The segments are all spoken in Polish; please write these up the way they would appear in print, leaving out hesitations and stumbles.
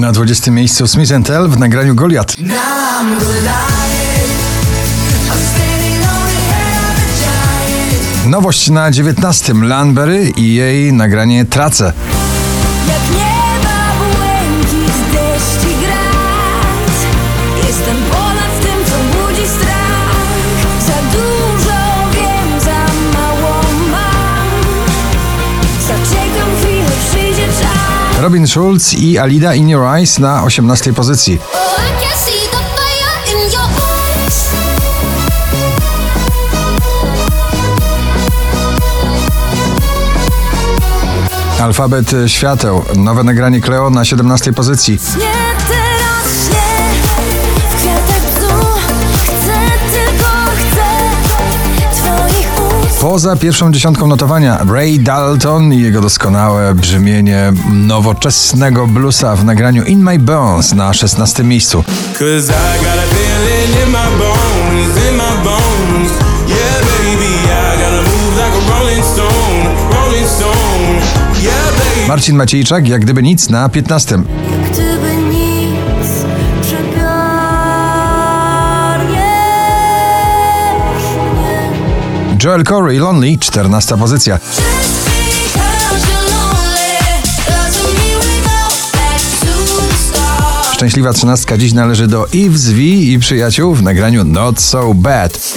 Na 20. miejscu Smith & Tell w nagraniu Goliat. Nowość na 19. Lanberry i jej nagranie Tracę. Jak nieba błękit deszcz i grad, jestem ponad tym, co budzi strach. Za dużo wiem, za mało mam. Zaczekam chwilę, przyjdzie czas. Robin Schulz i Alida In Your Eyes na 18. pozycji. Alfabet świateł, nowe nagranie Cleo na 17. pozycji. Nie teraz nie, w kwiatek bzu, chcę twoich ust. Poza pierwszą dziesiątką notowania Ray Dalton i jego doskonałe brzmienie nowoczesnego bluesa w nagraniu In My Bones na 16. miejscu. Marcin Maciejczak, Jak gdyby nic na 15. Jak gdyby nic, przegarniesz mnie. Joel Corey, Lonely, 14. pozycja. Szczęśliwa 13 dziś należy do Yves V i przyjaciół w nagraniu Not So Bad.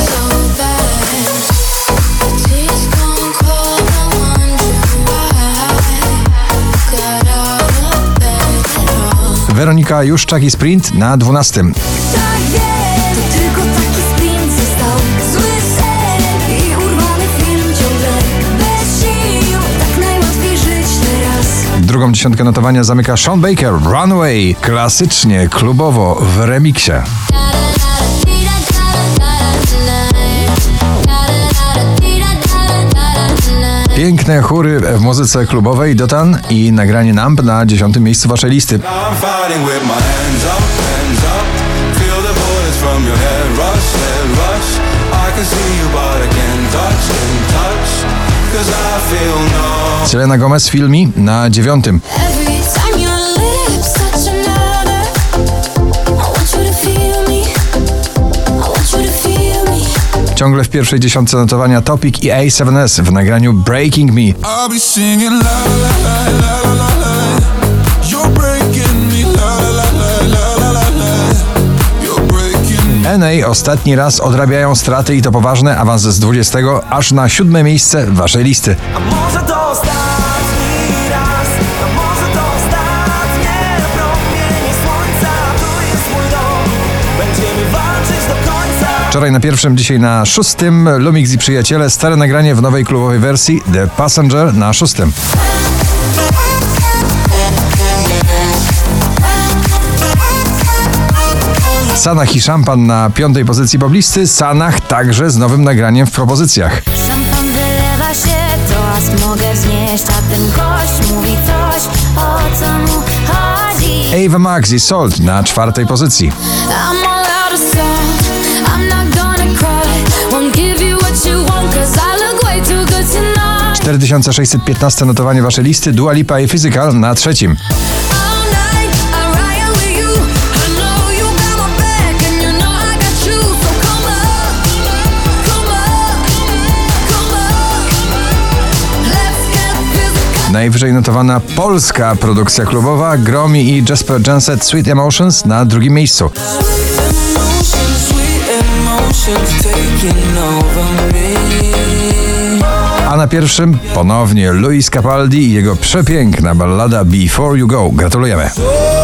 Weronika Juszczak i Sprint na 12. Tak wie, to tylko taki sprint został. Zły sen i urwany film ciągle bez sił. Tak najłatwiej żyć teraz. Drugą dziesiątkę notowania zamyka Sean Baker, Runaway, klasycznie, klubowo w remiksie. Piękne chóry w muzyce klubowej, Dotan i nagranie Numb na 10. miejscu waszej listy. Selena Gomez, Feel Me na 9. Ciągle w pierwszej dziesiątce notowania Topic i A7S w nagraniu Breaking Me. NA ostatni raz odrabiają straty i to poważne, awans z 20 aż na 7. miejsce waszej listy. A może to ostatni raz, a może to ostatnie promienie słońca, tu jest mój dom, będziemy walczyć do końca. Wczoraj na 1, dzisiaj na 6. Lumix i przyjaciele, stare nagranie w nowej klubowej wersji The Passenger na 6. Sanach i Szampan na 5. pozycji poblisty, Sanach także z nowym nagraniem w propozycjach. Szampan wylewa się, toast mogę wznieść, a ten gość mówi coś, o co mu chodzi. Ava Max i Salt na 4. pozycji. I'm all out of salt, I'm not gonna cry, won't give you what you want, 'cause I look way too good tonight. 4615 notowanie waszej listy, Dua Lipa i Physical na 3. Najwyżej notowana polska produkcja klubowa, Gromi i Jasper Janset, Sweet Emotions na 2. miejscu. A na 1 ponownie Luis Capaldi i jego przepiękna ballada Before You Go. Gratulujemy.